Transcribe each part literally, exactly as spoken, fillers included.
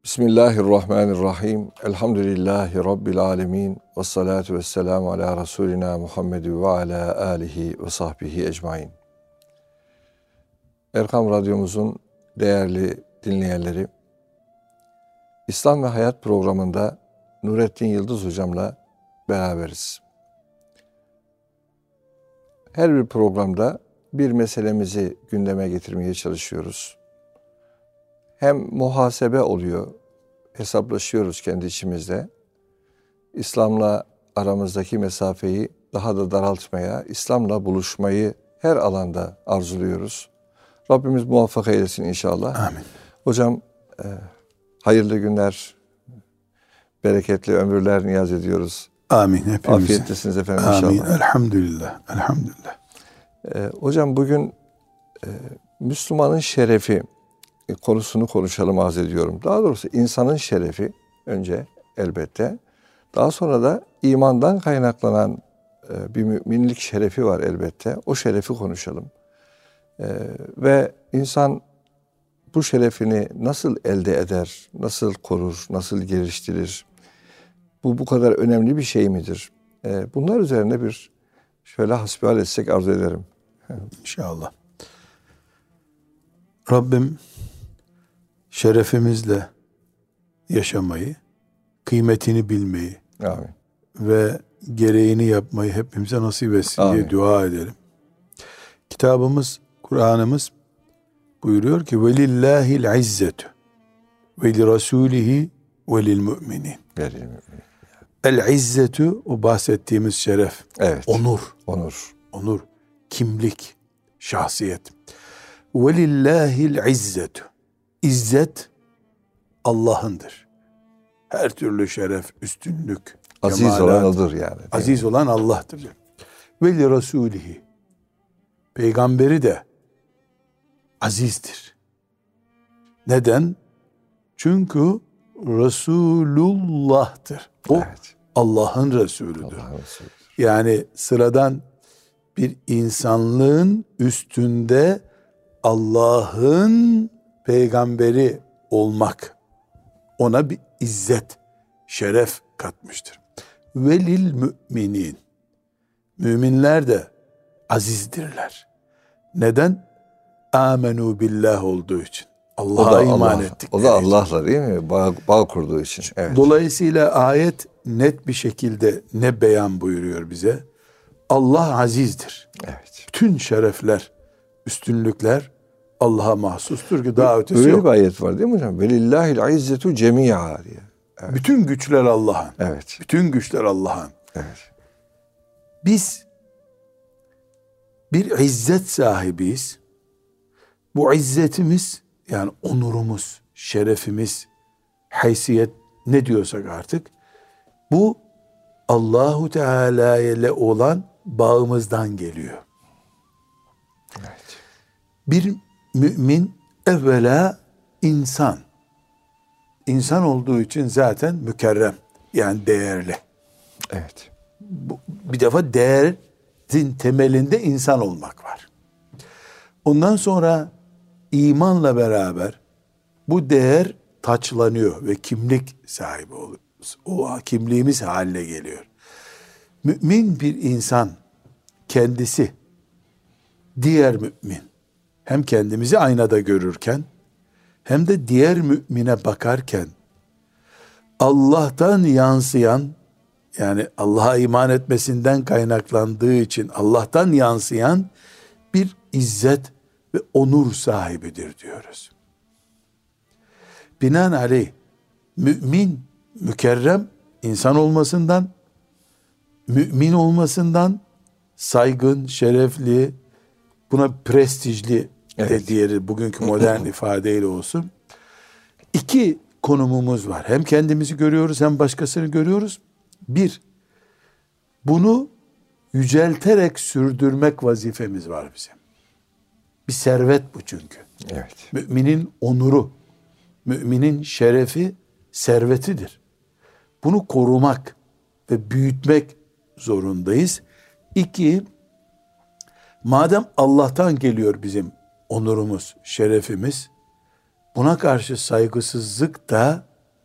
Bismillahirrahmanirrahim. Elhamdülillahi Rabbil alemin. Ve salatu ve selamu ala Resulina Muhammedin ve ala alihi ve sahbihi ecmain. Erkam Radyomuzun değerli dinleyenleri, İslam ve Hayat programında Nurettin Yıldız hocamla beraberiz. Her bir programda bir meselemizi gündeme getirmeye çalışıyoruz. Hem muhasebe oluyor, hesaplaşıyoruz kendi içimizde. İslam'la aramızdaki mesafeyi daha da daraltmaya, İslam'la buluşmayı her alanda arzuluyoruz. Rabbimiz muvaffak eylesin inşallah. Amin. Hocam e, hayırlı günler, bereketli ömürler niyaz ediyoruz. Amin. Hepimize. Afiyettesiniz efendim Amin. inşallah. Elhamdülillah. Elhamdülillah. E, hocam bugün e, Müslümanın şerefi konusunu konuşalım arz ediyorum. Daha doğrusu insanın şerefi önce elbette. Daha sonra da imandan kaynaklanan bir müminlik şerefi var elbette. O şerefi konuşalım. Ve insan bu şerefini nasıl elde eder, nasıl korur, nasıl geliştirir? Bu bu kadar önemli bir şey midir? Bunlar üzerine bir şöyle hasbihal etsek arzu ederim. İnşallah. Rabbim şerefimizle yaşamayı, kıymetini bilmeyi Amin. ve gereğini yapmayı hepimize nasip etsin Amin. diye dua edelim. Kitabımız, Kur'an'ımız buyuruyor ki velillahil izzetu ve li rasulihi ve lil müminin. El izzetu, o bahsettiğimiz şeref. Evet. Onur. Onur. Onur. Kimlik. Şahsiyet. Velillahil izzetu. İzzet Allah'ındır. Her türlü şeref, üstünlük, Aziz kemalat, olan odur yani. aziz olan Allah'tır. Ve li rasulihi. Peygamberi de azizdir. Neden? Çünkü Resulullah'tır. O Evet. Allah'ın Resulüdür. Allah'ın Resulüdür. Yani sıradan bir insanlığın üstünde Allah'ın peygamberi olmak ona bir izzet, şeref katmıştır. Velil müminin. Müminler de azizdirler. Neden? Amenu billah olduğu için. Allah'a iman Allah, ettikleri O da için. Allah'la değil mi? Bağ, bağ kurduğu için. Evet. Dolayısıyla ayet net bir şekilde ne beyan buyuruyor bize? Allah azizdir. Evet. Bütün şerefler, üstünlükler Allah'a mahsustur ki daha ötesi Öyle yok. bir ayet var değil mi hocam? Velillahil izzetu cemi'a diye. Evet. Bütün güçler Allah'ın. Evet. Bütün güçler Allah'ın. Evet. Biz bir izzet sahibiyiz. Bu izzetimiz, yani onurumuz, şerefimiz, haysiyet, ne diyorsak artık, bu Allahu Teala ile olan bağımızdan geliyor. Evet. Bir mümin evvela insan. İnsan olduğu için zaten mükerrem, yani değerli. Evet. Bu, bir defa değerin temelinde insan olmak var. Ondan sonra imanla beraber bu değer taçlanıyor ve kimlik sahibi oluyoruz. O kimliğimiz haline geliyor. Mümin bir insan kendisi, diğer mümin, hem kendimizi aynada görürken hem de diğer mümine bakarken Allah'tan yansıyan, yani Allah'a iman etmesinden kaynaklandığı için Allah'tan yansıyan bir izzet ve onur sahibidir diyoruz. Binaenaleyh mümin, mükerrem insan olmasından, mümin olmasından, saygın, şerefli, buna prestijli Evet. de diğeri bugünkü modern ifadeyle olsun. İki konumumuz var. Hem kendimizi görüyoruz hem başkasını görüyoruz. Bir, bunu yücelterek sürdürmek vazifemiz var bizim. Bir servet bu çünkü. Evet. Müminin onuru, müminin şerefi servetidir. Bunu korumak ve büyütmek zorundayız. İki, madem Allah'tan geliyor bizim onurumuz, şerefimiz, buna karşı saygısızlık da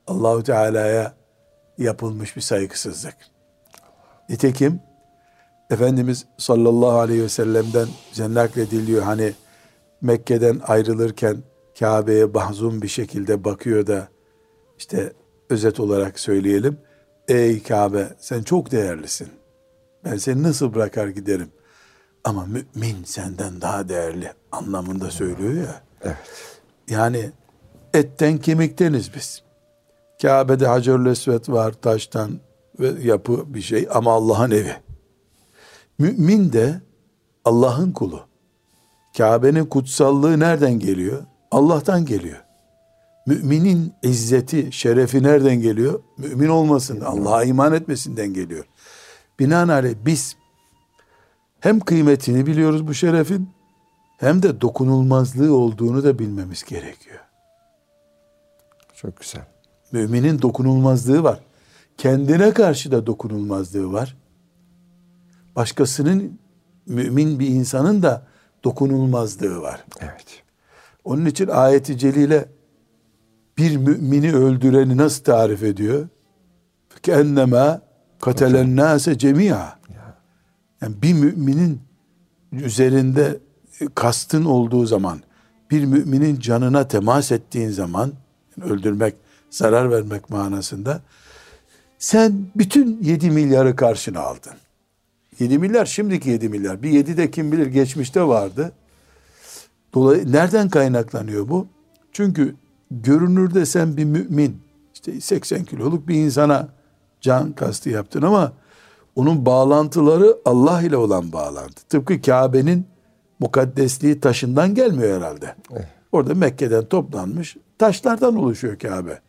Allahu Teala'ya yapılmış bir saygısızlık. Nitekim Efendimiz sallallahu aleyhi ve sellem'den bize naklediliyor. Hani Mekke'den ayrılırken Kabe'ye mahzun bir şekilde bakıyor da, işte özet olarak söyleyelim. Ey Kabe, sen çok değerlisin. Ben seni nasıl bırakar giderim? Ama mümin senden daha değerli anlamında söylüyor ya. Evet. Yani etten kemikteniz biz. Kabe'de Hacer-ül Esved var, taştan ve yapı bir şey, ama Allah'ın evi. Mümin de Allah'ın kulu. Kabe'nin kutsallığı nereden geliyor? Allah'tan geliyor. Müminin izzeti, şerefi nereden geliyor? Mümin olmasın, Allah'a iman etmesinden geliyor. Binaenaleyh biz hem kıymetini biliyoruz bu şerefin, hem de dokunulmazlığı olduğunu da bilmemiz gerekiyor. Çok güzel. Müminin dokunulmazlığı var. Kendine karşı da dokunulmazlığı var. Başkasının, mümin bir insanın da dokunulmazlığı var. Evet. Onun için ayet-i celile bir mümini öldüreni nasıl tarif ediyor? Kennema katelen nase cemia. Yani bir müminin üzerinde kastın olduğu zaman, bir müminin canına temas ettiğin zaman, yani öldürmek, zarar vermek manasında, sen bütün yedi milyarı karşına aldın. yedi milyar şimdiki yedi milyar. Bir yedi de kim bilir geçmişte vardı. Dolayı nereden kaynaklanıyor bu? Çünkü görünürde sen bir mümin, işte seksen kiloluk bir insana can kastı yaptın, ama onun bağlantıları Allah ile olan bağlantı. Tıpkı Kabe'nin mukaddesliği taşından gelmiyor herhalde. Evet. Orada Mekke'den toplanmış taşlardan oluşuyor Kabe.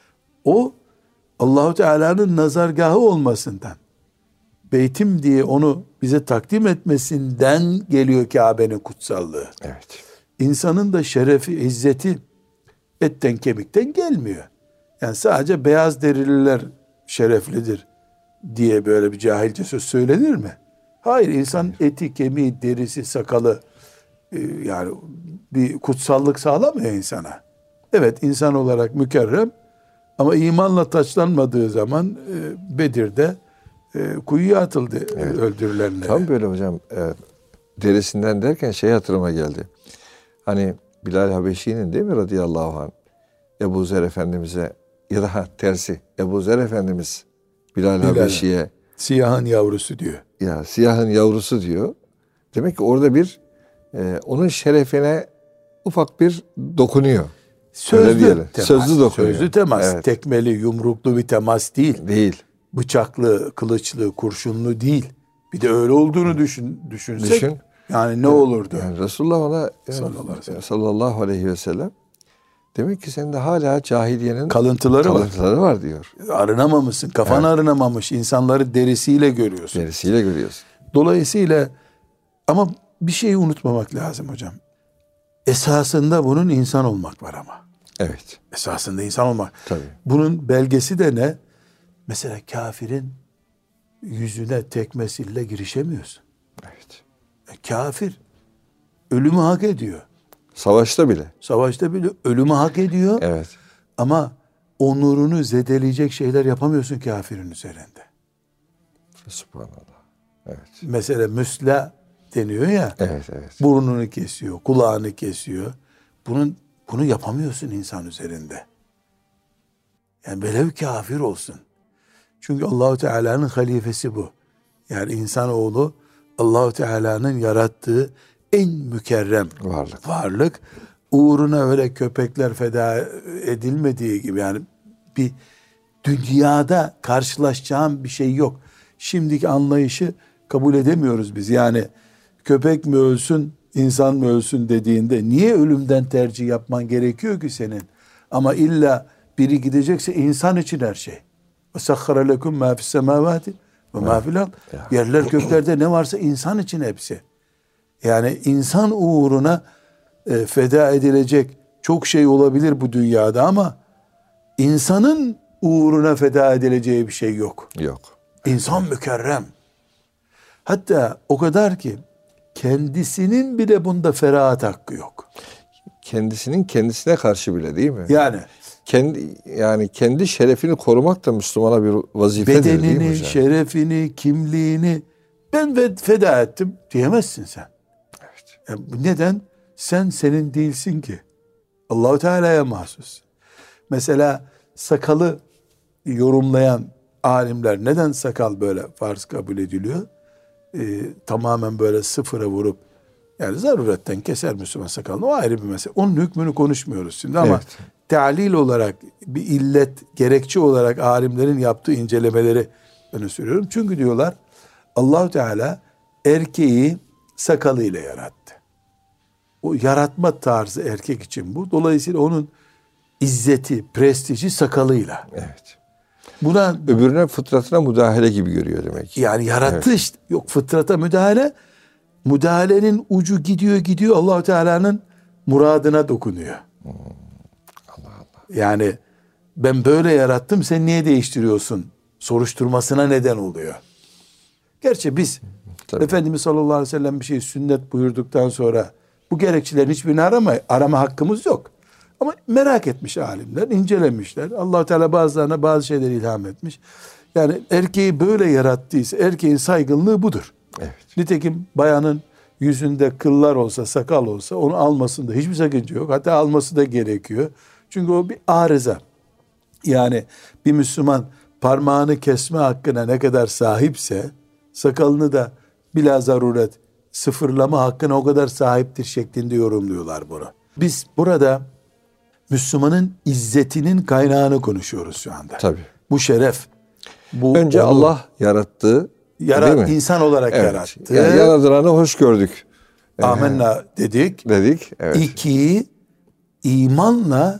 O Allahu Teala'nın nazargahı olmasından, beytim diye onu bize takdim etmesinden geliyor Kabe'nin kutsallığı. Evet. İnsanın da şerefi, izzeti etten kemikten gelmiyor. Yani sadece beyaz derililer şereflidir diye böyle bir cahilce söz söylenir mi? Hayır, insan eti, kemiği, derisi, sakalı e, yani bir kutsallık sağlamıyor insana. Evet, insan olarak mükerrem, ama imanla taçlanmadığı zaman e, Bedir'de e, kuyuya atıldı, evet, öldürülenlere. Tam böyle hocam, e, derisinden derken şey hatırıma geldi. Hani Bilal Habeşi'nin değil mi radıyallahu anh, Ebu Zer Efendimiz'e, ya da ha, tersi Ebu Zer Efendimiz Bilal, Bilal Habeşi'ye siyahın yavrusu diyor. Ya siyahın yavrusu diyor. Demek ki orada bir e, onun şerefine ufak bir dokunuyor. Sözlü temas. Sözlü dokunuyor. Sözlü temas. Evet. Tekmeli, yumruklu bir temas değil. Değil. Bıçaklı, kılıçlı, kurşunlu değil. Bir de öyle olduğunu düşün, düşünsek. Düşün. Yani ne olurdu? Yani Resulullah ona yani, sallallahu, aleyhi ve sellem. sallallahu aleyhi ve sellem demek ki sende hala cahiliyenin kalıntıları, kalıntıları var. var diyor. Arınamamışsın. Kafan evet. arınamamış. İnsanları derisiyle görüyorsun. Derisiyle görüyorsun. Dolayısıyla ama bir şeyi unutmamak lazım hocam. Esasında bunun insan olmak var ama. Evet. Esasında insan olmak. Tabii. Bunun belgesi de ne? Mesela kafirin yüzüne tekmesiyle girişemiyorsun. Evet. E, kafir ölümü hak ediyor. Savaşta bile. Savaşta bile ölümü hak ediyor. Evet. Ama onurunu zedeleyecek şeyler yapamıyorsun kafirin üzerinde. Subhanallah. Evet. Mesela müsla deniyor ya. Evet, evet. Burnunu kesiyor, kulağını kesiyor. Bunun bunu yapamıyorsun insan üzerinde. Yani velev kafir olsun. Çünkü Allahu Teala'nın halifesi bu. Yani insanoğlu Allahu Teala'nın yarattığı en mükerrem varlık. Varlık. Uğruna öyle köpekler feda edilmediği gibi, yani bir dünyada karşılaşacağım bir şey yok. Şimdiki anlayışı kabul edemiyoruz biz. Yani köpek mi ölsün, insan mı ölsün dediğinde niye ölümden tercih yapman gerekiyor ki senin? Ama illa biri gidecekse insan için her şey. وَسَخَّرَ لَكُمْ مَا فِي السَّمَاوَاتِ وَمَا فِي الْأَرْضِ. Yerler göklerde ne varsa insan için hepsi. Yani insan uğruna e, feda edilecek çok şey olabilir bu dünyada, ama insanın uğruna feda edileceği bir şey yok. Yok. İnsan mükerrem. Hatta o kadar ki kendisinin bile bunda ferahat hakkı yok. Kendisinin kendisine karşı bile, değil mi? Yani kendi yani kendi şerefini korumak da Müslümana bir vazifedir, değil mi Bedenini, hocam? şerefini, kimliğini ben ve- feda ettim diyemezsin sen. Evet. Yani neden? Sen senin değilsin ki. Allahu Teala'ya mahsus. Mesela sakalı yorumlayan alimler neden sakal böyle farz kabul ediliyor? Ee, tamamen böyle sıfıra vurup yani zaruretten keser Müslüman sakalını, o ayrı bir mesele. Onun hükmünü konuşmuyoruz şimdi ama Evet. tealil olarak bir illet, gerekçe olarak alimlerin yaptığı incelemeleri öne sürüyorum. Çünkü diyorlar Allahu Teala erkeği sakalıyla yarattı. O yaratma tarzı erkek için bu. Dolayısıyla onun izzeti, prestiji sakalıyla. Evet. Buna Öbürüne, fıtratına müdahale gibi görüyor demek ki. yani yaratış yok, fıtrata müdahale. Müdahalenin ucu gidiyor gidiyor Allahu Teala'nın muradına dokunuyor. Allah Allah. Yani ben böyle yarattım, sen niye değiştiriyorsun soruşturmasına neden oluyor. Gerçi biz Tabii. Efendimiz sallallahu aleyhi ve sellem bir şey sünnet buyurduktan sonra bu gerekçelerin hiçbirini arama, arama hakkımız yok. Ama merak etmiş alimler, incelemişler. Allah-u Teala bazılarına bazı şeyleri ilham etmiş. Yani erkeği böyle yarattıysa erkeğin saygınlığı budur. Evet. Nitekim bayanın yüzünde kıllar olsa, sakal olsa onu almasında hiçbir sakınca yok. Hatta alması da gerekiyor. Çünkü o bir arıza. Yani bir Müslüman parmağını kesme hakkına ne kadar sahipse sakalını da bila zaruret sıfırlama hakkına o kadar sahiptir şeklinde yorumluyorlar bunu. Biz burada Müslümanın izzetinin kaynağını konuşuyoruz şu anda. Tabii. Bu şeref. Bu Önce onur. Allah yarattı. Yarat, değil mi? insan olarak Evet. yarattı. Yani yaradılanı hoş gördük. Amenna dedik. Dedik. Evet. İki, imanla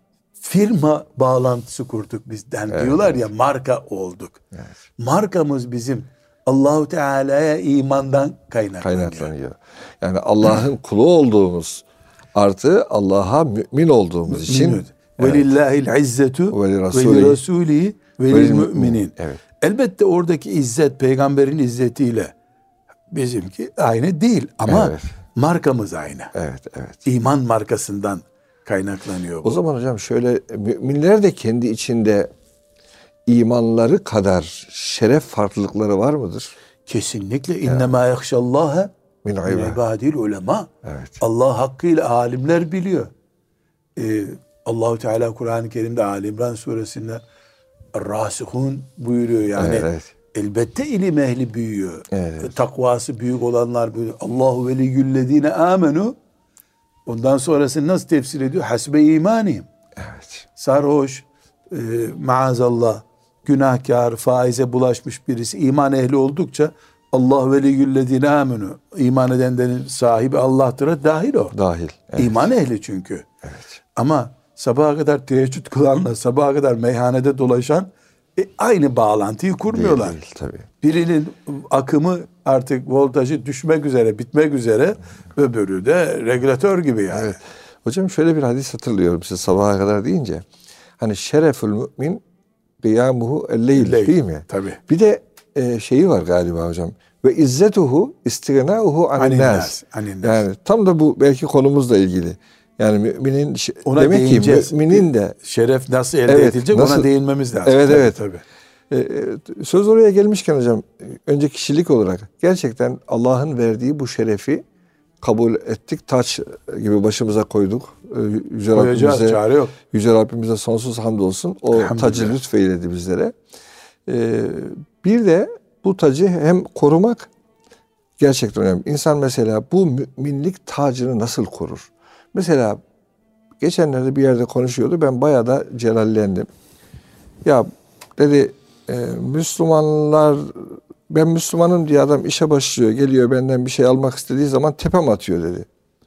firma bağlantısı kurduk bizden. Evet. Diyorlar ya, marka olduk. Evet. Markamız bizim Allahu Teala'ya imandan kaynaklanıyor. Kaynaklanıyor. Yani Allah'ın kulu olduğumuz artı Allah'a mümin olduğumuz için. Evet. Velillahil izzetu Ve li ve Rasûlihi li Rasûlihi ve ve lil lil müminin. müminin. Evet. Elbette oradaki izzet peygamberin izzetiyle bizimki aynı değil ama Evet. markamız aynı. Evet, evet. İman markasından kaynaklanıyor bu. O zaman hocam şöyle, müminler de kendi içinde imanları kadar şeref farklılıkları var mıdır? Kesinlikle innemâ yahşallâhe Min min ibâd. ibâdil ulema. Evet. Allah hakkıyla alimler biliyor. Ee, Allahu Teala Kur'an-ı Kerim'de Ali İmran suresinde rasihun buyuruyor yani. Evet, evet. Elbette ilim ehli büyüyor. Evet. Takvası büyük olanlar büyüyor. Allahu veliyyüllezine amenu. Ondan sonrasını nasıl tefsir ediyor? Hasbe imaniyim. Evet. Sarhoş, e, maazallah, günahkar, faize bulaşmış birisi iman ehli oldukça Allah veliyyüllezine amenu. İman edenlerin sahibi Allah'tır'a dahil o. Dahil. Evet. İman ehli çünkü. Evet. Ama sabaha kadar teheccüd kılanla sabaha kadar meyhanede dolaşan e, aynı bağlantıyı kurmuyorlar. Değil, değil, tabii. Birinin akımı artık voltajı düşmek üzere, bitmek üzere, öbürü de regülatör gibi yani. Evet. Hocam şöyle bir hadis hatırlıyorum size sabaha kadar deyince. Hani şerefül mümin kıyamuhu el-leyl, Leyl, değil mi? tabii. Bir de e, şeyi var galiba hocam. Ve izzetuhu istighnâuhu anin Anin nâs. nâs, anin nâs. Yani tam da bu belki konumuzla ilgili. Yani müminin şe- Ona demek ki değineceğiz. müminin de Şeref nasıl elde Evet, edilecek nasıl- ona değinmemiz lazım. Evet, Tabii, evet. Tabii. E, e, söz oraya gelmişken hocam, önce kişilik olarak gerçekten Allah'ın verdiği bu şerefi kabul ettik. Taç gibi başımıza koyduk. E, Yüce Koyacağız, Rabbimize, çare yok. Yüce Rabbimize sonsuz hamdolsun. O Elhamdülillah. tacı lütfeyledi bizlere. E, bir de bu tacı hem korumak gerçekten önemli. İnsan mesela bu müminlik tacını nasıl korur? Mesela geçenlerde bir yerde konuşuyordu. Ben bayağı da celallendim. Ya dedi, e, Müslümanlar, ben Müslümanım diye adam işe başlıyor, geliyor benden bir şey almak istediği zaman tepem atıyor dedi.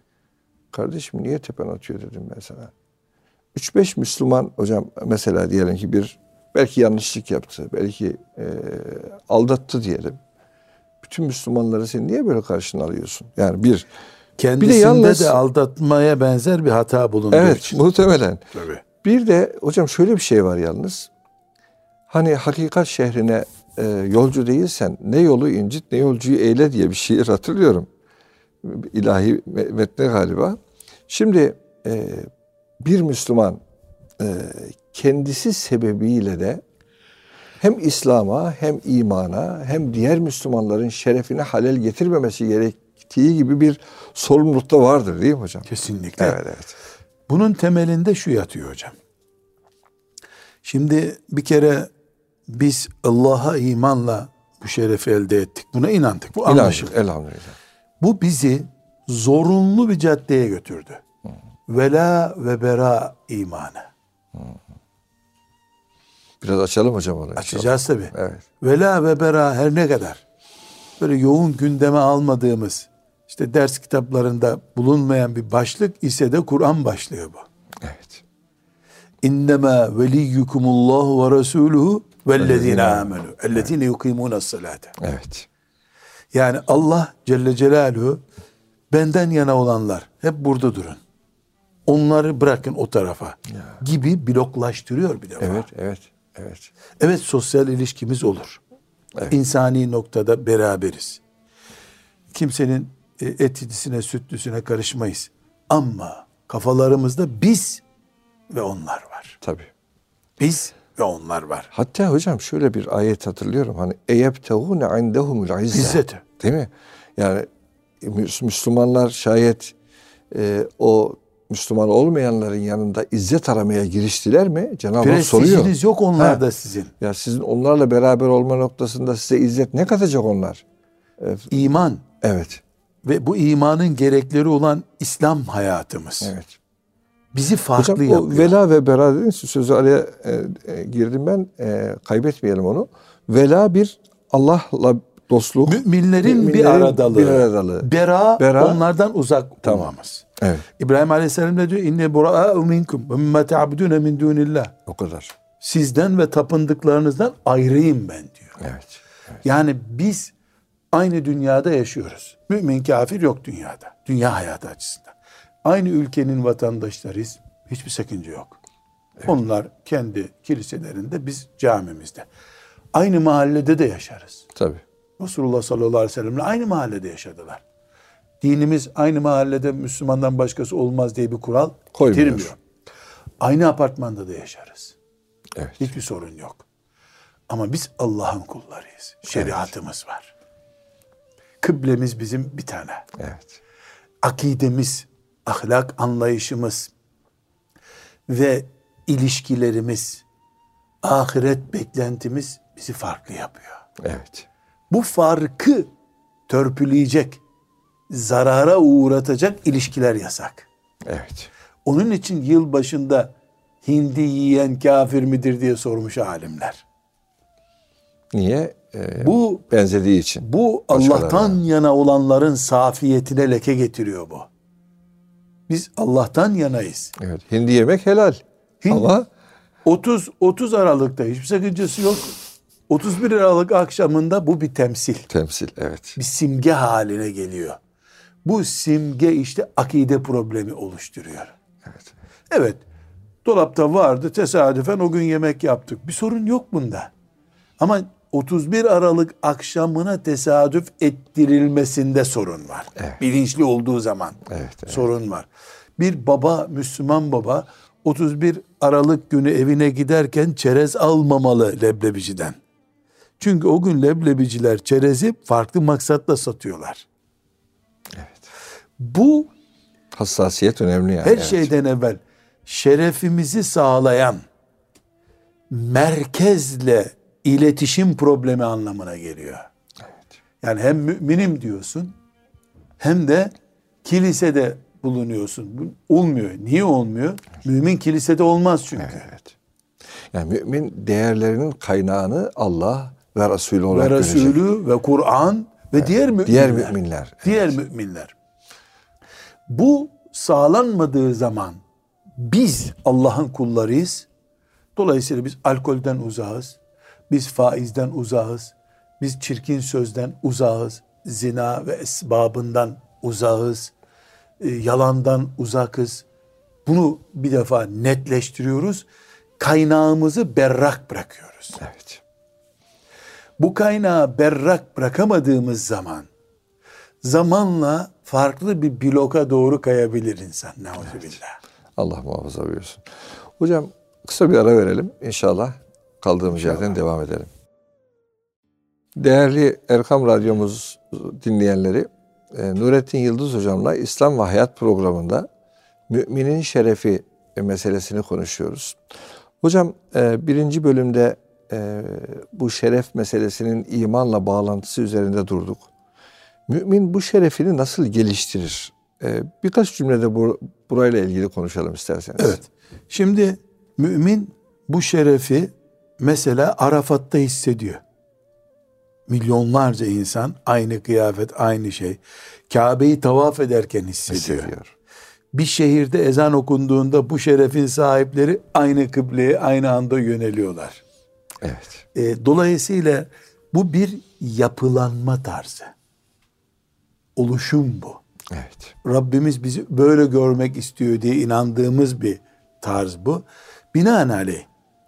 Kardeşim niye tepen atıyor dedim ben sana. Üç beş Müslüman hocam mesela diyelim ki bir belki yanlışlık yaptı, belki e, aldattı diyelim. Bütün Müslümanları sen niye böyle karşına alıyorsun? Yani bir, Kendisinde bir de yalnız, de aldatmaya benzer bir hata bulunduğu evet için. muhtemelen. Tabii. Bir de hocam şöyle bir şey var yalnız. Hani hakikat şehrine e, yolcu değilsen ne yolu incit ne yolcuyu eyle diye bir şiir hatırlıyorum. İlahi metni galiba. Şimdi e, bir Müslüman kendisi sebebiyle de hem İslam'a hem imana hem diğer Müslümanların şerefine halel getirmemesi gerektiği gibi bir sorumlulukta vardır değil mi hocam? Kesinlikle. Evet, evet. Bunun temelinde şu yatıyor hocam. Şimdi bir kere biz Allah'a imanla bu şerefi elde ettik. Buna inandık. Bu anlaşıldı. Elhamdülillah. Bu bizi zorunlu bir caddeye götürdü. Hı. Vela ve bera imanı. Hı. Biraz açalım hocam onu. Açacağız tabii. Evet. Vela ve bera her ne kadar böyle yoğun gündeme almadığımız, işte ders kitaplarında bulunmayan bir başlık ise de Kur'an başlığı bu. Evet. İnnemâ veliyyukumullahu ve rasûluhu vellezîne âmenû ellezîne yukîmûnes salâte. Evet. Yani Allah Celle Celaluhu benden yana olanlar hep burada durun. Onları bırakın o tarafa ya. Gibi bloklaştırıyor bir defa. Evet, evet, evet. Evet, sosyal ilişkimiz olur. Evet. İnsani noktada beraberiz. Kimsenin etlisine, sütlüsüne karışmayız. Ama kafalarımızda biz ve onlar var. Tabii. Biz ve onlar var. Hatta hocam şöyle bir ayet hatırlıyorum. Hani eyebtevune indehumul izze. İzzete. Değil mi? Yani Müslümanlar şayet e, o Müslüman olmayanların yanında izzet aramaya giriştiler mi? Cenab-ı Hak soruyor. Prestijiniz yok onlarda ha. sizin. Ya sizin onlarla beraber olma noktasında size izzet ne katacak onlar? Evet. İman. Evet. Ve bu imanın gerekleri olan İslam hayatımız. Evet. Bizi farklı hocam, yapıyor. O vela ve bera dediniz, sözü araya e, e, girdim ben. E, kaybetmeyelim onu. Vela bir Allah'la dostluk. Müminlerin, müminlerin bir aradalığı. Bir aradalığı. Bera, Bera onlardan uzak tamam. olmamız. Evet. İbrahim Aleyhisselam ne diyor? İnne bura'a'u minkum ve mimme te'abudune min dunillah. O kadar. Sizden ve tapındıklarınızdan ayrıyım ben diyor. Evet. evet. Yani biz aynı dünyada yaşıyoruz. Mümin kafir yok dünyada. Dünya hayatı açısından. Aynı ülkenin vatandaşlarıyız. Hiçbir sakınca yok. Evet. Onlar kendi kiliselerinde, biz camimizde. Aynı mahallede de yaşarız. Tabii. Resulullah sallallahu aleyhi ve sellem'le aynı mahallede yaşadılar. Dinimiz aynı mahallede Müslümandan başkası olmaz diye bir kural getirmiyor. Aynı apartmanda da yaşarız. Evet. Hiçbir sorun yok. Ama biz Allah'ın kullarıyız. Şeriatımız evet. var. Kıblemiz bizim bir tane. Evet. Akidemiz, ahlak anlayışımız ve ilişkilerimiz, ahiret beklentimiz bizi farklı yapıyor. Evet. Bu farkı törpüleyecek, zarara uğratacak ilişkiler yasak. Evet. Onun için yıl başında hindi yiyen kafir midir diye sormuş alimler. Niye? Ee, bu benzediği için. Bu Allah'tan yana olanların safiyetine leke getiriyor bu. Biz Allah'tan yanayız. Evet. Hindi yemek helal. Hindi, ama otuz otuz Aralık'ta hiçbir sakıncası yok. otuz bir Aralık akşamında bu bir temsil. Temsil, evet. Bir simge haline geliyor. Bu simge işte akide problemi oluşturuyor. Evet. Evet. Dolapta vardı, tesadüfen o gün yemek yaptık. Bir sorun yok bunda. Ama otuz bir Aralık akşamına tesadüf ettirilmesinde sorun var. Evet. Bilinçli olduğu zaman evet, evet. sorun var. Bir baba, Müslüman baba otuz bir Aralık günü evine giderken çerez almamalı leblebiciden. Çünkü o gün leblebiciler çerezi farklı maksatla satıyorlar. Evet. Bu hassasiyet önemli yani. Her evet. şeyden evvel şerefimizi sağlayan merkezle iletişim problemi anlamına geliyor. Evet. Yani hem müminim diyorsun hem de kilisede bulunuyorsun. Olmuyor. Niye olmuyor? Evet. Mümin kilisede olmaz çünkü. Evet. Yani mümin değerlerinin kaynağını Allah ve Resulü olarak ve Resulü görecek. ve Kur'an ve evet. diğer müminler. Diğer müminler. Evet. Diğer müminler. Bu sağlanmadığı zaman biz Allah'ın kullarıyız. Dolayısıyla biz alkolden uzağız. Biz faizden uzağız. Biz çirkin sözden uzağız. Zina ve esbabından uzağız. E, yalandan uzakız. Bunu bir defa netleştiriyoruz. Kaynağımızı berrak bırakıyoruz. Evet. Bu kaynağı berrak bırakamadığımız zaman zamanla farklı bir bloka doğru kayabilir insan. Neuzübillah. Evet. Allah muhafaza buyursun. Hocam Kısa bir ara verelim. İnşallah kaldığımız İnşallah. yerden devam edelim. Değerli Erkam Radyomuz dinleyenleri, e, Nurettin Yıldız Hocam'la İslam ve Hayat programında müminin şerefi meselesini konuşuyoruz. Hocam e, birinci bölümde e, bu şeref meselesinin imanla bağlantısı üzerinde durduk. Mümin bu şerefini nasıl geliştirir? E, birkaç cümlede bu, burayla ilgili konuşalım isterseniz. Evet. Şimdi mümin bu şerefi mesela Arafat'ta hissediyor. Milyonlarca insan aynı kıyafet, aynı şey. Kabe'yi tavaf ederken hissediyor. Hissediyor. Bir şehirde ezan okunduğunda bu şerefin sahipleri aynı kıbleye aynı anda yöneliyorlar. Evet. E, dolayısıyla bu bir yapılanma tarzı. Oluşum bu. Evet. Rabbimiz bizi böyle görmek istiyor diye inandığımız bir tarz bu. Binaenaleyh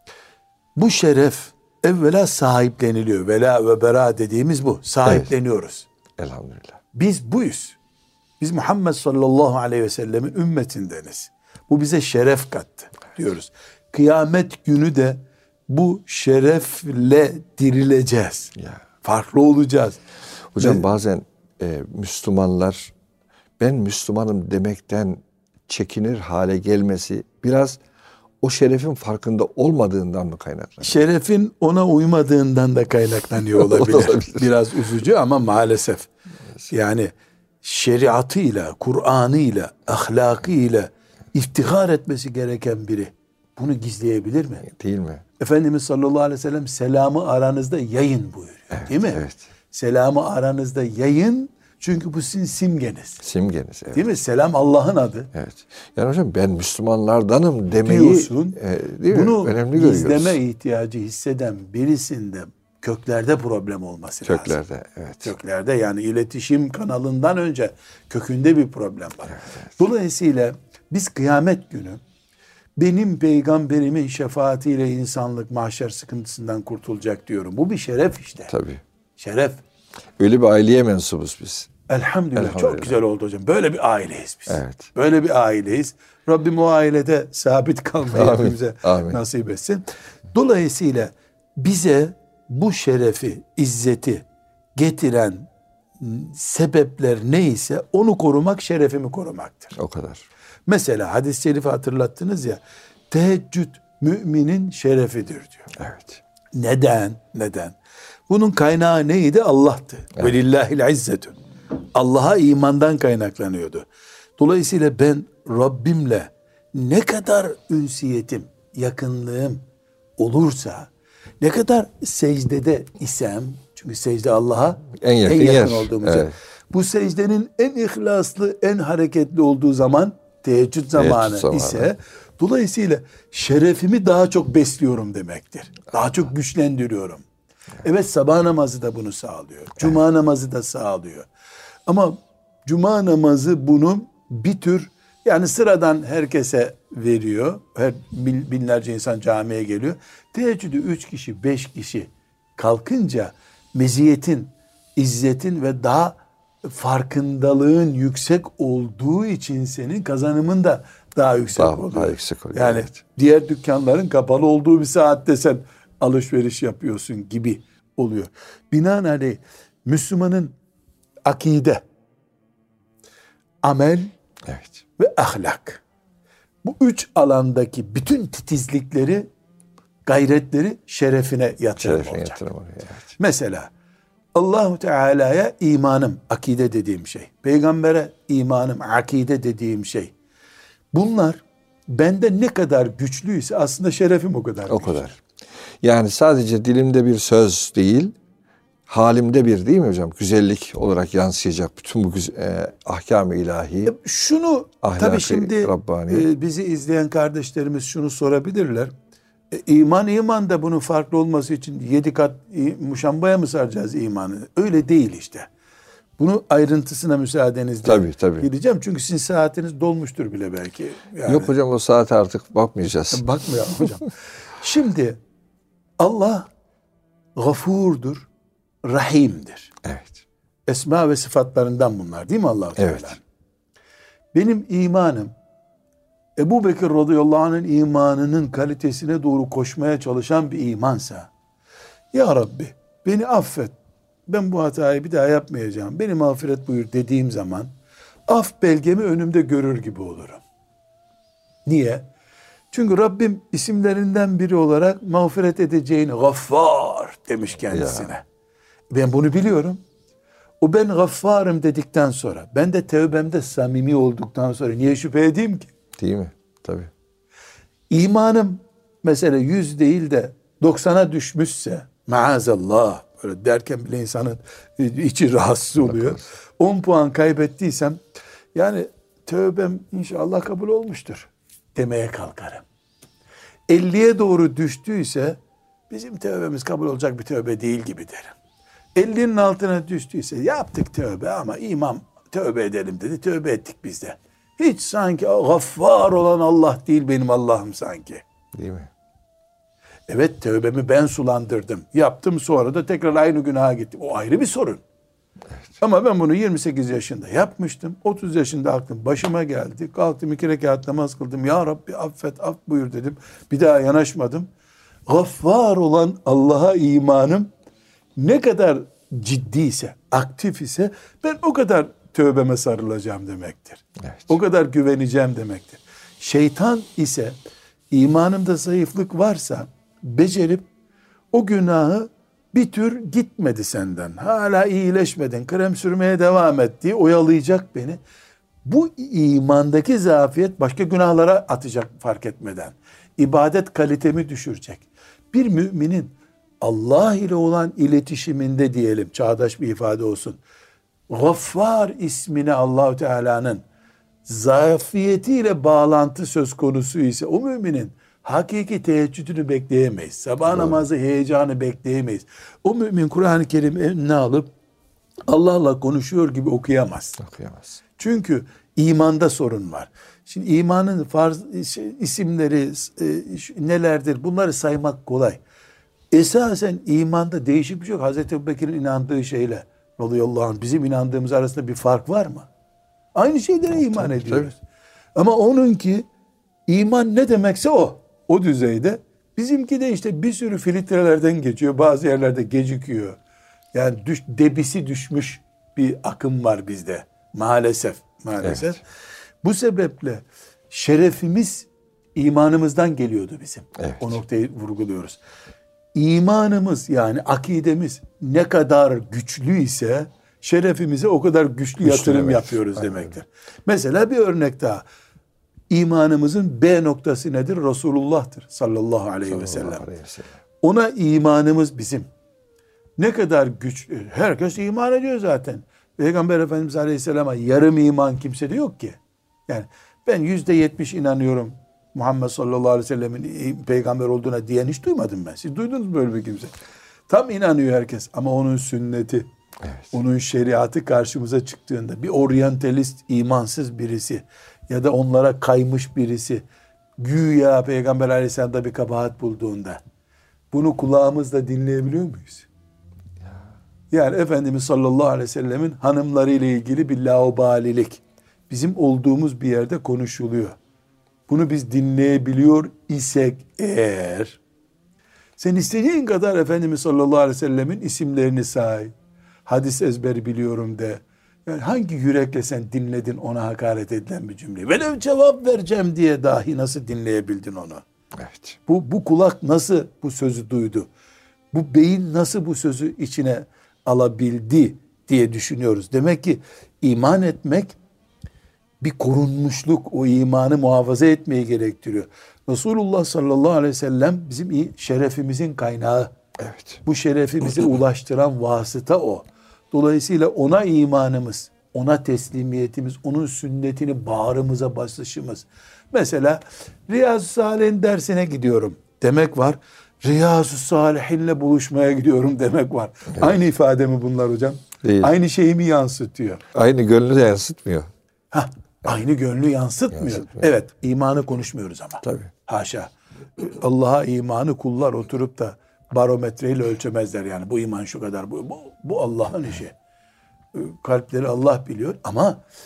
bu şeref evvela sahipleniliyor. Vela ve bera dediğimiz bu. Sahipleniyoruz. Evet. Elhamdülillah. Biz buyuz. Biz Muhammed sallallahu aleyhi ve sellemin ümmetindeniz. Bu bize şeref kattı diyoruz. Kıyamet günü de bu şerefle dirileceğiz. Ya. Farklı olacağız. Hocam Ve- bazen e, Müslümanlar ben Müslümanım demekten çekinir hale gelmesi biraz o şerefin farkında olmadığından mı kaynaklanıyor? Şerefin ona uymadığından da kaynaklanıyor olabilir. Olabilir. Biraz üzücü ama maalesef. Yani şeriatıyla, Kur'an'ıyla, ahlakıyla iftihar etmesi gereken biri bunu gizleyebilir mi? Değil mi? Efendimiz sallallahu aleyhi ve sellem selamı aranızda yayın buyuruyor. Evet, değil mi? evet. Selamı aranızda yayın çünkü bu sizin simgeniz. Simgeniz. Evet. Değil mi? Selam Allah'ın adı. Evet. Yani hocam ben Müslümanlardanım demeyi Diyorsun. e, değil mi? Bunu Önemli görüyoruz. gizleme ihtiyacı hisseden birisinde köklerde problem olması lazım. Köklerde. Evet. Köklerde yani iletişim kanalından önce kökünde bir problem var. Dolayısıyla biz kıyamet günü benim peygamberimin şefaatiyle insanlık mahşer sıkıntısından kurtulacak diyorum. Bu bir şeref işte. Tabii. Şeref. Öyle bir aileye mensubuz biz. Elhamdülillah. Elhamdülillah. Çok güzel oldu hocam. Böyle bir aileyiz biz. Evet. Böyle bir aileyiz. Rabbim o ailede sabit kalmayı Amin. hepimize Amin. nasip etsin. Dolayısıyla bize bu şerefi, izzeti getiren sebepler neyse onu korumak şerefimi korumaktır. O kadar. Mesela hadis-i şerifi hatırlattınız ya, teheccüd müminin şerefidir diyor. Evet. Neden? Neden? Bunun kaynağı neydi? Allah'tı. Evet. Velillahil izzetü. Allah'a imandan kaynaklanıyordu. Dolayısıyla ben Rabbimle ne kadar ünsiyetim, yakınlığım olursa, ne kadar secdede isem, çünkü secde Allah'a En yakın yer. olduğumuz yer. Evet. Bu secdenin en ihlaslı, en hareketli olduğu zaman teheccüd zamanı, zamanı. ise dolayısıyla şerefimi daha çok besliyorum demektir. Daha çok güçlendiriyorum. Evet, sabah namazı da bunu sağlıyor. Cuma namazı da sağlıyor. Ama cuma namazı bunu bir tür yani sıradan herkese veriyor. Her bin- binlerce insan camiye geliyor. Teheccüdü üç kişi, beş kişi kalkınca meziyetin, izzetin ve daha farkındalığın yüksek olduğu için senin kazanımın da daha yüksek Daha- oluyor. daha yüksek oluyor, Yani evet. diğer dükkanların kapalı olduğu bir saatte sen alışveriş yapıyorsun gibi oluyor. Binaenaleyh Müslümanın akide, amel Evet. ve ahlak. Bu üç alandaki bütün titizlikleri, gayretleri şerefine yatırım Şerefine olacak. yatırım oluyor. Evet. Mesela Allahu Teala'ya imanım, akide dediğim şey. Peygambere imanım, akide dediğim şey. Bunlar bende ne kadar güçlüyse aslında şerefim o kadar O güçlü. kadar. Yani sadece dilimde bir söz değil, halimde bir değil mi hocam? Güzellik olarak yansıyacak bütün bu güz- e, ahkam-ı ilahi. Şunu Ahlaki, tabii şimdi Rabbani. e, bizi izleyen kardeşlerimiz şunu sorabilirler. E, iman iman da bunun farklı olması için yedi kat i- muşambaya mı saracağız imanı? Öyle değil işte. Bunu ayrıntısına müsaadenizle Tabii, tabii. gireceğim. Çünkü sizin saatiniz dolmuştur bile belki. Yani, Yok hocam o saate artık bakmayacağız. bakmayalım hocam. Şimdi Allah gafurdur, rahimdir. Evet. Esma ve sıfatlarından bunlar değil mi Allah-u Evet. Teala? Benim imanım Ebu Bekir radıyallahu anh'ın imanının kalitesine doğru koşmaya çalışan bir imansa, ya Rabbi beni affet, ben bu hatayı bir daha yapmayacağım, beni mağfiret buyur dediğim zaman, af belgemi önümde görür gibi olurum. Niye? Çünkü Rabbim isimlerinden biri olarak mağfiret edeceğini Gaffar demiş kendisine. Ya. Ben bunu biliyorum. O ben Gaffarım dedikten sonra, ben de tevbemde samimi olduktan sonra niye şüphe edeyim ki? Değil mi? Tabii. İmanım mesela yüz değil de doksana düşmüşse, maazallah, böyle derken bile insanın içi rahatsız oluyor. on puan kaybettiysem, yani tövbem inşallah kabul olmuştur demeye kalkarım. elliye doğru düştüyse, bizim tövbemiz kabul olacak bir tövbe değil gibi derim. ellinin altına düştüyse, yaptık tövbe ama imam tövbe edelim dedi, tövbe ettik biz de. Hiç sanki Gaffar olan Allah değil benim Allah'ım sanki. Değil mi? Evet, tövbemi ben sulandırdım. Yaptım, sonra da tekrar aynı günaha gittim. O ayrı bir sorun. Evet. Ama ben bunu yirmi sekiz yaşında yapmıştım. otuz yaşında aklım başıma geldi. Kalktım, iki rekat namaz kıldım. Ya Rabbi affet, af buyur dedim. Bir daha yanaşmadım. Gaffar olan Allah'a imanım ne kadar ciddiyse, aktif ise ben o kadar tövbeme sarılacağım demektir. Evet. O kadar güveneceğim demektir. Şeytan ise imanımda zayıflık varsa becerip o günahı bir tür gitmedi senden, hala iyileşmedin, krem sürmeye devam et diye oyalayacak beni. Bu imandaki zafiyet başka günahlara atacak fark etmeden. İbadet kalitemi düşürecek. Bir müminin Allah ile olan iletişiminde diyelim, çağdaş bir ifade olsun, Gaffar ismine Allah-u Teala'nın zafiyetiyle bağlantı söz konusu ise o müminin hakiki teheccüdünü bekleyemeyiz. Sabah Doğru. namazı heyecanı bekleyemeyiz. O mümin Kur'an-ı Kerim eline alıp Allah'la konuşuyor gibi okuyamaz. Okuyamaz. Çünkü imanda sorun var. Şimdi imanın farz isimleri e, nelerdir? Bunları saymak kolay. Esasen imanda değişik bir şey yok. Hazreti Ebubekir'in inandığı şeyle radıyallahu anh bizim inandığımız arasında bir fark var mı? Aynı şeylere iman tabii, ediyoruz. Tabii. Ama onunki iman ne demekse o. O düzeyde. Bizimki de işte bir sürü filtrelerden geçiyor. Bazı yerlerde gecikiyor. Yani düş, debisi düşmüş bir akım var bizde. Maalesef. Maalesef. Evet. Bu sebeple şerefimiz imanımızdan geliyordu bizim. Evet. O noktayı vurguluyoruz. İmanımız yani akidemiz ne kadar güçlü ise şerefimize o kadar güçlü, güçlü yatırım evet. yapıyoruz Aynen. demektir. Mesela bir örnek daha. İmanımızın B noktası nedir? Resulullah'tır sallallahu aleyhi ve sellem. Ona imanımız bizim. Ne kadar güçlü. Herkes iman ediyor zaten. Peygamber Efendimiz Aleyhisselam'a yarım iman kimsede yok ki. Yani ben yüzde yetmiş inanıyorum Muhammed sallallahu aleyhi ve sellemin peygamber olduğuna diyen hiç duymadım ben. Siz duydunuz mu böyle bir kimse? Tam inanıyor herkes ama onun sünneti, evet. onun şeriatı karşımıza çıktığında bir oryantalist imansız birisi ya da onlara kaymış birisi güya Peygamber Aleyhisselam'da bir kabahat bulduğunda bunu kulağımızla dinleyebiliyor muyuz? Yani Efendimiz sallallahu aleyhi ve sellemin hanımlarıyla ilgili bir laubalilik bizim olduğumuz bir yerde konuşuluyor. Bunu biz dinleyebiliyor isek eğer, sen istediğin kadar Efendimiz sallallahu aleyhi ve sellemin isimlerini say, hadis ezberi biliyorum de, yani hangi yürekle sen dinledin ona hakaret edilen bir cümleyi? Velev cevap vereceğim diye dahi nasıl dinleyebildin onu? Evet. Bu, bu kulak nasıl bu sözü duydu? Bu beyin nasıl bu sözü içine alabildi diye düşünüyoruz. Demek ki iman etmek bir korunmuşluk, o imanı muhafaza etmeyi gerektiriyor. Resulullah sallallahu aleyhi ve sellem bizim şerefimizin kaynağı. Evet. Bu şerefi bize ulaştıran vasıta o. Dolayısıyla ona imanımız, ona teslimiyetimiz, onun sünnetini bağrımıza basışımız. Mesela Riyazu Salih'in dersine gidiyorum demek var. Riyazu Salihin'le buluşmaya gidiyorum demek var. Evet. Aynı ifade mi bunlar hocam? Değil. Aynı şeyi mi yansıtıyor? Aynı gönlü de yansıtmıyor. Hah, aynı gönlü yansıtmıyor. yansıtmıyor. Evet, imanı konuşmuyoruz ama. Tabii. Haşa. Allah'a imanı kullar oturup da barometreyle ölçemezler yani. Bu iman şu kadar. Bu, bu, bu Allah'ın işi. Kalpleri Allah biliyor ama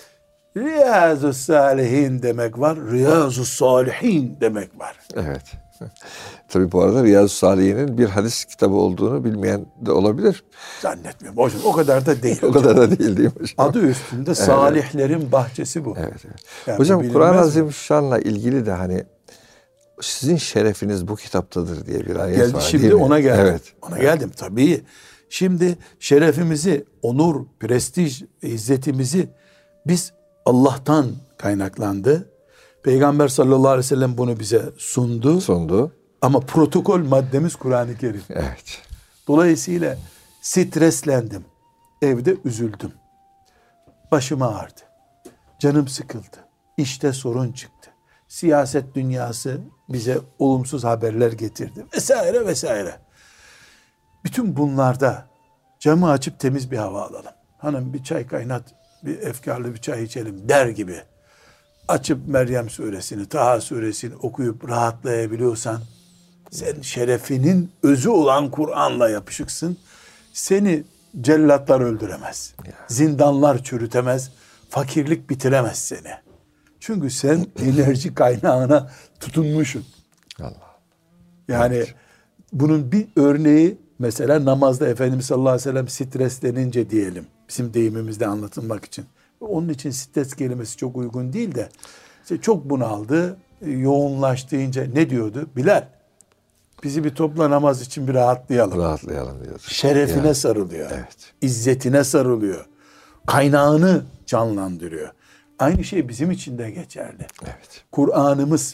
Riyazu Salihin demek var, Riyazu Salihin demek var. Evet. Tabii bu arada Riyazu Salih'in bir hadis kitabı olduğunu bilmeyen de olabilir. Zannetmiyorum hocam. O kadar da değil. O kadar da değil değil mi hocam? Adı üstünde salihlerin bahçesi bu. Evet, evet. Yani hocam bu Kur'an-ı bilinmez mi? Azimüşşan'la ilgili de hani sizin şerefiniz bu kitaptadır diye bir ayet Geldi var şimdi değil mi? ona geldim. Evet. Ona geldim tabii. Şimdi şerefimizi, onur, prestij, izzetimizi biz Allah'tan kaynaklandı. Peygamber sallallahu aleyhi ve sellem bunu bize sundu. Sundu. Ama protokol maddemiz Kur'an-ı Kerim. Evet. Dolayısıyla streslendim. Evde üzüldüm. Başım ağrıdı. Canım sıkıldı. İşte sorun çıktı. Siyaset dünyası bize olumsuz haberler getirdi. Vesaire vesaire. Bütün bunlarda camı açıp temiz bir hava alalım. Hanım bir çay kaynat, bir efkarlı bir çay içelim der gibi. Açıp Meryem suresini, Taha suresini okuyup rahatlayabiliyorsan, sen şerefinin özü olan Kur'an'la yapışıksın. Seni cellatlar öldüremez. Ya. Zindanlar çürütemez. Fakirlik bitiremez seni. Çünkü sen enerji kaynağına tutunmuşsun. Allah. Yani Evet. bunun bir örneği mesela namazda Efendimiz sallallahu aleyhi ve sellem streslenince diyelim. Bizim deyimimizde anlatılmak için. Onun için stres kelimesi çok uygun değil de işte çok bunaldı, yoğunlaştığınca ne diyordu? Bilal, bizi bir topla namaz için bir rahatlayalım. Rahatlayalım diyor. Şerefine Yani. sarılıyor. Evet. İzzetine sarılıyor. Kaynağını canlandırıyor. Aynı şey bizim için de geçerli. Evet. Kur'an'ımız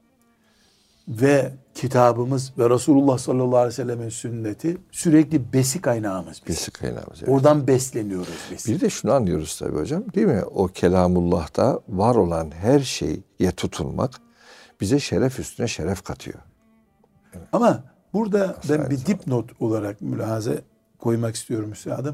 ve kitabımız ve Resulullah sallallahu aleyhi ve sellemin sünneti sürekli besi kaynağımız. Bizim. Besi kaynağımız. Evet. Oradan besleniyoruz biz. Bir de şunu anlıyoruz tabii hocam, değil mi? O kelamullah'ta var olan her şeye tutunmak bize şeref üstüne şeref katıyor. Ama burada Aslında ben bir aynı dipnot olarak mülahaza koymak istiyorum üstadım.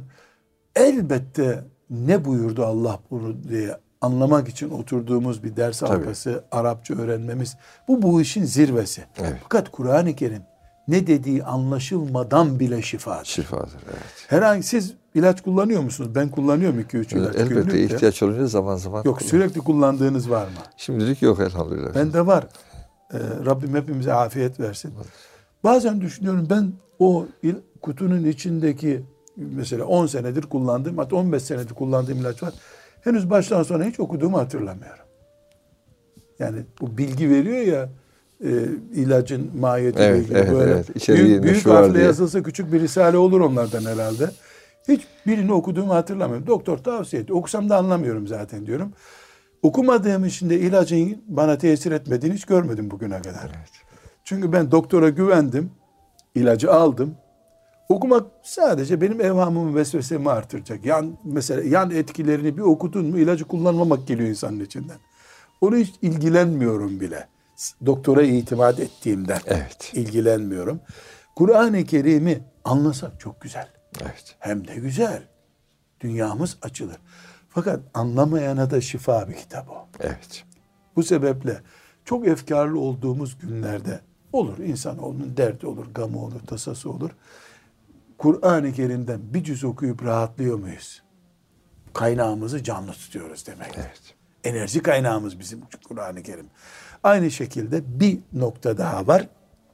Elbette ne buyurdu Allah bunu diye anlamak için oturduğumuz bir ders Tabii. halkası, Arapça öğrenmemiz, bu bu işin zirvesi. Evet. Fakat Kur'an-ı Kerim ne dediği anlaşılmadan bile şifadır. Şifadır, evet. Herhangi siz ilaç kullanıyor musunuz? Ben kullanıyorum iki üç ilaç. Elbette günlük de. ihtiyaç olunca zaman zaman. Yok, kullan- sürekli kullandığınız var mı? Şimdilik yok elhamdülillah. Bende var. Ee, Rabbim hepimize afiyet versin. Bazen düşünüyorum, ben o il- kutunun içindeki mesela on senedir kullandığım, hatta on beş senedir kullandığım ilaç var. Henüz baştan sona hiç okuduğumu hatırlamıyorum. Yani bu bilgi veriyor ya, e, ilacın mahiyetiyle Evet, ilgili evet, böyle. evet. İçeriğinde Büyük, büyük şu var harfle diye. yazılsa küçük bir risale olur onlardan herhalde. Hiç birini okuduğumu hatırlamıyorum. Doktor tavsiye etti. Okusam da anlamıyorum zaten diyorum. Okumadığım için de ilacın bana tesir etmediğini hiç görmedim bugüne kadar. Evet. Çünkü ben doktora güvendim. İlacı aldım. Okumak sadece benim evhamımı, vesvesemi artıracak. Yan, mesela yan etkilerini bir okudun mu ilacı kullanmamak geliyor insanın içinden. Onu hiç ilgilenmiyorum bile. Doktora itimat ettiğimden Evet. ilgilenmiyorum. Kur'an-ı Kerim'i anlasak çok güzel. Evet. Hem de güzel. Dünyamız açılır. Fakat anlamayana da şifa bir kitap o. Evet. Bu sebeple çok efkarlı olduğumuz günlerde olur. İnsanoğlunun derdi olur, gamı olur, tasası olur. Kur'an-ı Kerim'den bir cüz okuyup rahatlıyor muyuz? Kaynağımızı canlı tutuyoruz demek. Evet. Enerji kaynağımız bizim Kur'an-ı Kerim. Aynı şekilde bir nokta daha var.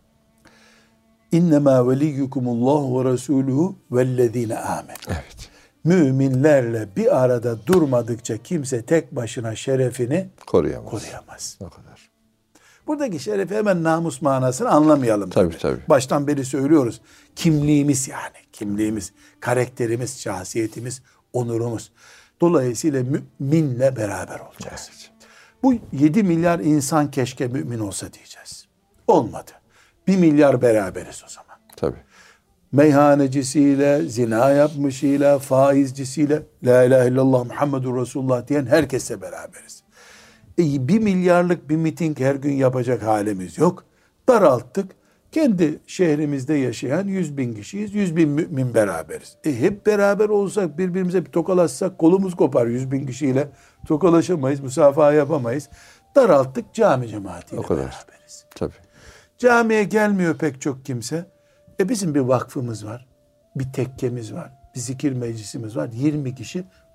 İnnemâ veliyyukumullahu ve resûluhu vellezîne âmen. Evet. Müminlerle bir arada durmadıkça kimse tek başına şerefini Koruyamaz. koruyamaz. O kadar. Buradaki şerefi hemen namus manasını anlamayalım. Tabii, tabii. Baştan beri söylüyoruz. Kimliğimiz yani. Kimliğimiz, karakterimiz, şahsiyetimiz, onurumuz. Dolayısıyla müminle beraber olacağız. Evet. Bu yedi milyar insan keşke mümin olsa diyeceğiz. Olmadı. Bir milyar beraberiz o zaman. Tabii. Meyhanecisiyle, zina yapmışıyla, faizcisiyle, la ilahe illallah Muhammedur Resulullah diyen herkesle beraberiz. E, bir milyarlık bir miting her gün yapacak halimiz yok. Daralttık. Kendi şehrimizde yaşayan yüz bin kişiyiz. Yüz bin mümin beraberiz. E, hep beraber olsak, birbirimize bir tokalaşsak kolumuz kopar yüz bin kişiyle. Tokalaşamayız, musafaha yapamayız. Daralttık, cami cemaatiyle O kadar. beraberiz. Tabii. Camiye gelmiyor pek çok kimse. E bizim bir vakfımız var. Bir tekkemiz var. Bir zikir meclisimiz var. yirmi kişi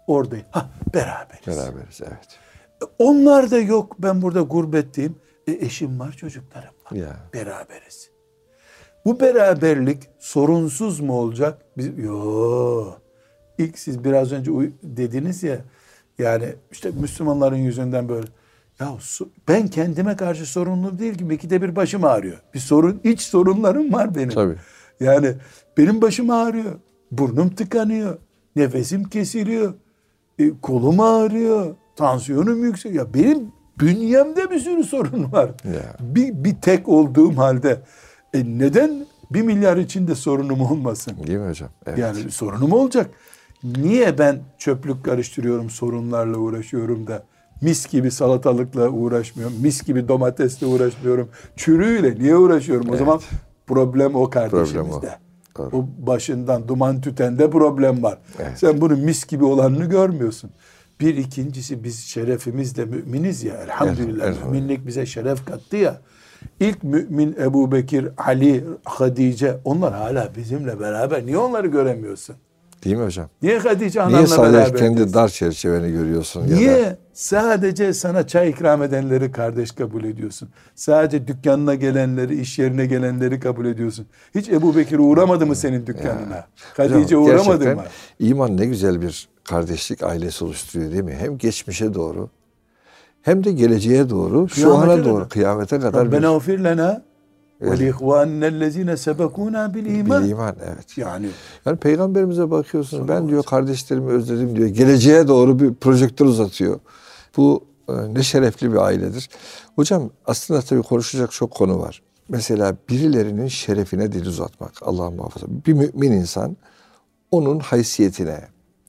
oradayım. Ha, beraberiz. Beraberiz, evet. Onlar da yok, ben burada gurbetteyim. E, eşim var, çocuklarım var. Ya. Beraberiz. Bu beraberlik sorunsuz mu olacak? Biz, yo. İlk siz biraz önce dediniz ya, yani işte Müslümanların yüzünden böyle. Ya ben kendime karşı sorumlu değil ki. İkide bir başım ağrıyor. Bir sorun, iç sorunlarım var benim. Tabii. Yani benim başım ağrıyor. Burnum tıkanıyor. Nefesim kesiliyor. E, kolum ağrıyor. Tansiyonum yüksek. Ya benim bünyemde bir sürü sorun var. Ya. Bir, bir tek olduğum halde e neden bir milyar içinde sorunum olmasın? Değil mi hocam? Evet. Yani bir sorunum olacak. Niye ben çöplük karıştırıyorum, sorunlarla uğraşıyorum da mis gibi salatalıkla uğraşmıyorum, mis gibi domatesle uğraşmıyorum, çürüğüyle niye uğraşıyorum? Evet. O zaman problem o kardeşimizde. Problem o. O başından duman tütende problem var. Evet. Sen bunun mis gibi olanını görmüyorsun. Bir ikincisi, biz şerefimizle müminiz ya, elhamdülillah. Evet, evet. Müminlik bize şeref kattı ya. İlk mümin Ebu Bekir, Ali, Hadice, onlar hala bizimle beraber. Niye onları göremiyorsun? Değil mi hocam? Niye Hadice anamla beraber? beraber? Niye sadece kendi dar çerçeveni görüyorsun? Niye ya da... sadece sana çay ikram edenleri kardeş kabul ediyorsun? Sadece dükkanına gelenleri, iş yerine gelenleri kabul ediyorsun. Hiç Ebu Bekir uğramadı mı senin dükkanına? Ya. Hadice hocam, uğramadı mı? İman ne güzel bir kardeşlik ailesi oluşturuyor değil mi? Hem geçmişe doğru hem de geleceğe doğru, şu ana doğru, kıyamete kadar. Rabbena ufir lena ve lihvanellezine sebekuna bil iman. Bil iman, evet. Yani, yani Peygamberimize bakıyorsun, ben diyor kardeşlerimi özledim diyor. Geleceğe doğru bir projektör uzatıyor. Bu ne şerefli bir ailedir. Hocam aslında tabii konuşacak çok konu var. Mesela birilerinin şerefine dil uzatmak, Allah muhafaza. Bir mümin insan onun haysiyetine,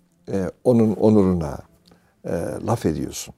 onun onuruna laf ediyorsun.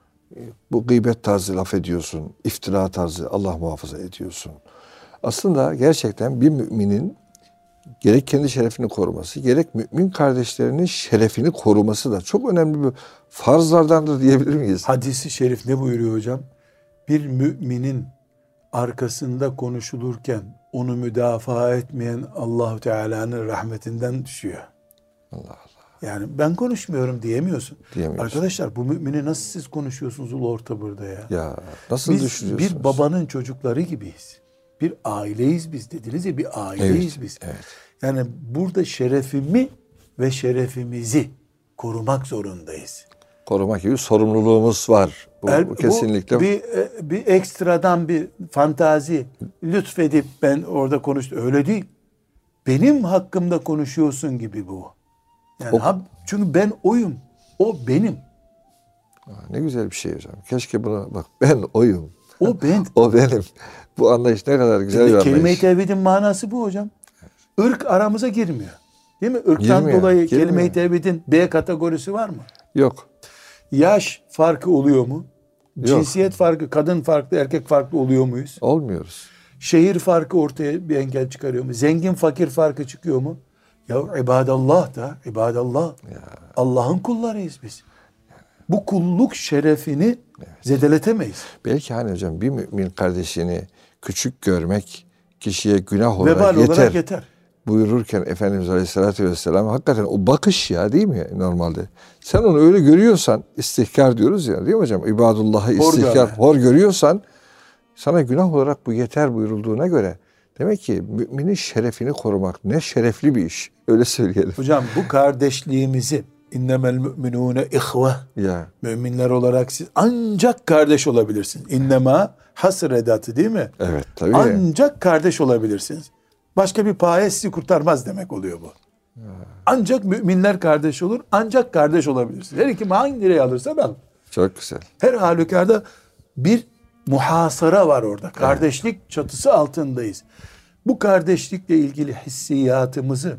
Bu gıybet tarzı laf ediyorsun, iftira tarzı Allah muhafaza ediyorsun. Aslında gerçekten bir müminin gerek kendi şerefini koruması, gerek mümin kardeşlerinin şerefini koruması da çok önemli bir farzlardandır diyebilir miyiz? Hadis-i şerif ne buyuruyor hocam? Bir müminin arkasında konuşulurken onu müdafaa etmeyen Allah-u Teala'nın rahmetinden düşüyor. Allah Allah. Yani ben konuşmuyorum diyemiyorsun. Diyemiyorsun. Arkadaşlar bu mümini nasıl siz konuşuyorsunuz ulu orta burada ya? Ya nasıl biz düşünüyorsunuz? Bir babanın çocukları gibiyiz. Bir aileyiz biz, dediniz ya, bir aileyiz evet, biz. Evet. Yani burada şerefimi ve şerefimizi korumak zorundayız. Korumak gibi sorumluluğumuz var. Bu, El, bu kesinlikle. Bu bir, bir ekstradan bir fantazi lütfedip ben orada konuştum. Öyle değil. Benim hakkımda konuşuyorsun gibi bu. Yani o, çünkü ben oyum. O benim. Ne güzel bir şey hocam. Keşke buna bak, ben oyum. O ben. O benim. Bu anlayış ne kadar güzel yani bir anlayış. Kelime-i tevhidin manası bu hocam. Irk aramıza girmiyor. Değil mi? Irktan girmiyor, dolayı girmiyor. kelime-i tevhidin B kategorisi var mı? Yok. Yaş farkı oluyor mu? Yok. Cinsiyet farkı, kadın farklı, erkek farklı oluyor muyuz? Olmuyoruz. Şehir farkı ortaya bir engel çıkarıyor mu? Zengin fakir farkı çıkıyor mu? Ya ibadallah da, ibadallah. Allah'ın kullarıyız biz. Bu kulluk şerefini evet. zedeletemeyiz. Belki hani hocam bir mümin kardeşini küçük görmek kişiye günah olarak Vebal yeter. olarak yeter. Buyururken Efendimiz Aleyhisselatü Vesselam hakikaten o bakış ya, değil mi normalde? Sen onu öyle görüyorsan, istihkar diyoruz ya, değil mi hocam? İbadullah'ı istihkar, hor görüyorsan sana günah olarak bu yeter buyurulduğuna göre demek ki müminin şerefini korumak ne şerefli bir iş. Öyle söyleyelim. Hocam bu kardeşliğimizi innemel müminune ihve. Ya. Müminler olarak siz ancak kardeş olabilirsiniz. İnnema hasr edatı değil mi? Evet tabii. Ancak kardeş olabilirsiniz. Başka bir paye sizi kurtarmaz demek oluyor bu. Ya. Ancak müminler kardeş olur. Ancak kardeş olabilirsiniz. Her kim hangi direği alırsa al. Çok güzel. Her halükarda bir muhasara var orada. Kardeşlik evet. çatısı altındayız. Bu kardeşlikle ilgili hissiyatımızı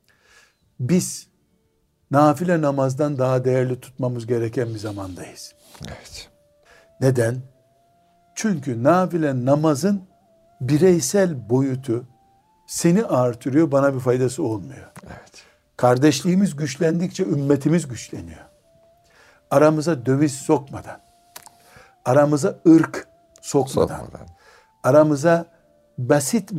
biz nafile namazdan daha değerli tutmamız gereken bir zamandayız. Evet. Neden? Çünkü nafile namazın bireysel boyutu seni artırıyor, bana bir faydası olmuyor. Evet. Kardeşliğimiz güçlendikçe ümmetimiz güçleniyor. Aramıza döviz sokmadan, aramıza ırk sokmadan, sokmadan. aramıza basit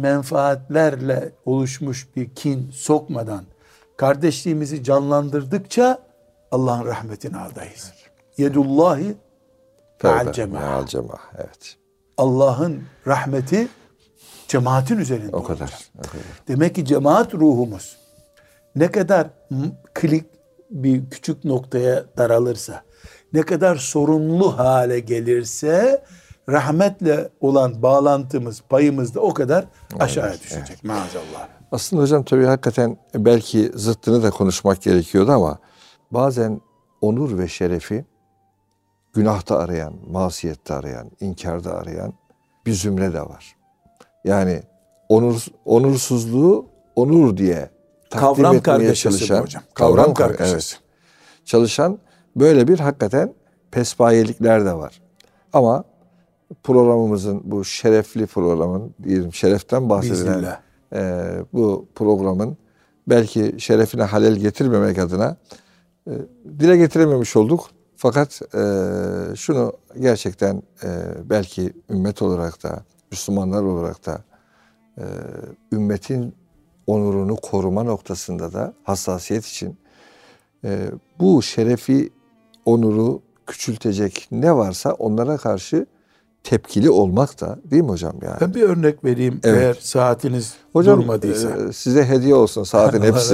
menfaatlerle oluşmuş bir kin sokmadan kardeşliğimizi canlandırdıkça Allah'ın rahmetine adayız. Yedullahi me'al cemaat. Me'al cemaat. Evet. Allah'ın rahmeti cemaatin üzerinde O kadar, olacak. o kadar. Demek ki cemaat ruhumuz ne kadar klik bir küçük noktaya daralırsa, ne kadar sorunlu hale gelirse rahmetle olan bağlantımız, payımız da o kadar aşağıya Evet, düşecek. evet. Maazallah. Aslında hocam tabii hakikaten belki zıttını da konuşmak gerekiyordu ama bazen onur ve şerefi günahta arayan, masiyette arayan, inkarda arayan bir zümre de var. Yani onur, onursuzluğu onur diye takdim Kavram etmeye kargaşası çalışan, bu hocam. Kavram, kar- kargaşası. evet, çalışan böyle bir hakikaten pespayelikler de var. Ama programımızın, bu şerefli programın, diyelim şereften bahsedilen Bismillah. e, bu programın belki şerefine halel getirmemek adına e, dile getirememiş olduk. Fakat e, şunu gerçekten e, belki ümmet olarak da, Müslümanlar olarak da e, ümmetin onurunu koruma noktasında da hassasiyet için e, bu şerefi, onuru küçültecek ne varsa onlara karşı tepkili olmak da, değil mi hocam yani? Ben bir örnek vereyim, Evet. eğer saatiniz Hocam durmadıysa. e, size hediye olsun saatin hepsi.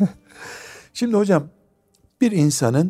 Şimdi hocam, bir insanın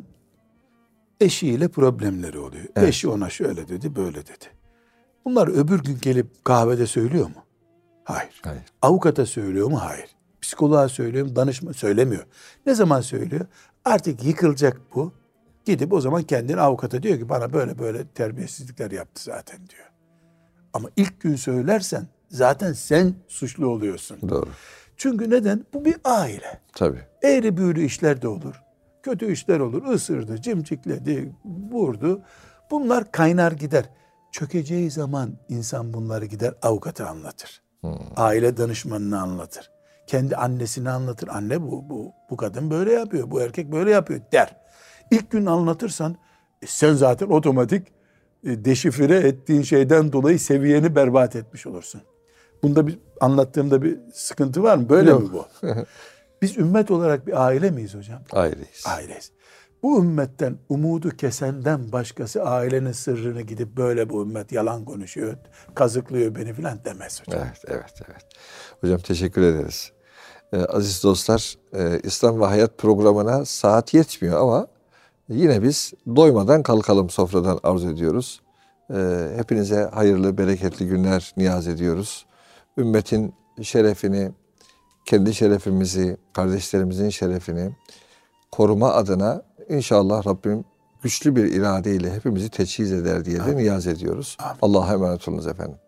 eşiyle problemleri oluyor. Evet. Eşi ona şöyle dedi, böyle dedi. Bunlar öbür gün gelip kahvede söylüyor mu? Hayır. Hayır. Avukata söylüyor mu? Hayır. Psikoloğa söylüyor mu? Danışma söylemiyor. Ne zaman söylüyor? Artık yıkılacak bu. Gidip o zaman kendini avukata diyor ki bana böyle böyle terbiyesizlikler yaptı zaten diyor. Ama ilk gün söylersen zaten sen suçlu oluyorsun. Doğru. Çünkü neden? Bu bir aile. Tabii. Eğri büğrü işler de olur. Kötü işler olur. Isırdı, cimcikledi, vurdu. Bunlar kaynar gider. Çökeceği zaman insan bunları gider avukata anlatır. Hmm. Aile danışmanına anlatır. Kendi annesine anlatır. Anne bu, bu, bu kadın böyle yapıyor, bu erkek böyle yapıyor der. İlk gün anlatırsan e, sen zaten otomatik e, deşifre ettiğin şeyden dolayı seviyeni berbat etmiş olursun. Bunda bir anlattığımda bir sıkıntı var mı? Böyle Yok. mi bu? Biz ümmet olarak bir aile miyiz hocam? Aileyiz. Aileyiz. Bu ümmetten umudu kesenden başkası ailenin sırrını gidip böyle bu ümmet yalan konuşuyor, kazıklıyor beni filan demez hocam. Evet, evet, evet. Hocam teşekkür ederiz. Ee, aziz dostlar, e, İslam ve Hayat programına saat yetmiyor ama yine biz doymadan kalkalım sofradan arzu ediyoruz. Ee, hepinize hayırlı, bereketli günler niyaz ediyoruz. Ümmetin şerefini, kendi şerefimizi, kardeşlerimizin şerefini koruma adına inşallah Rabbim güçlü bir iradeyle hepimizi teçhiz eder diye de niyaz ediyoruz. Allah'a emanet olunuz efendim.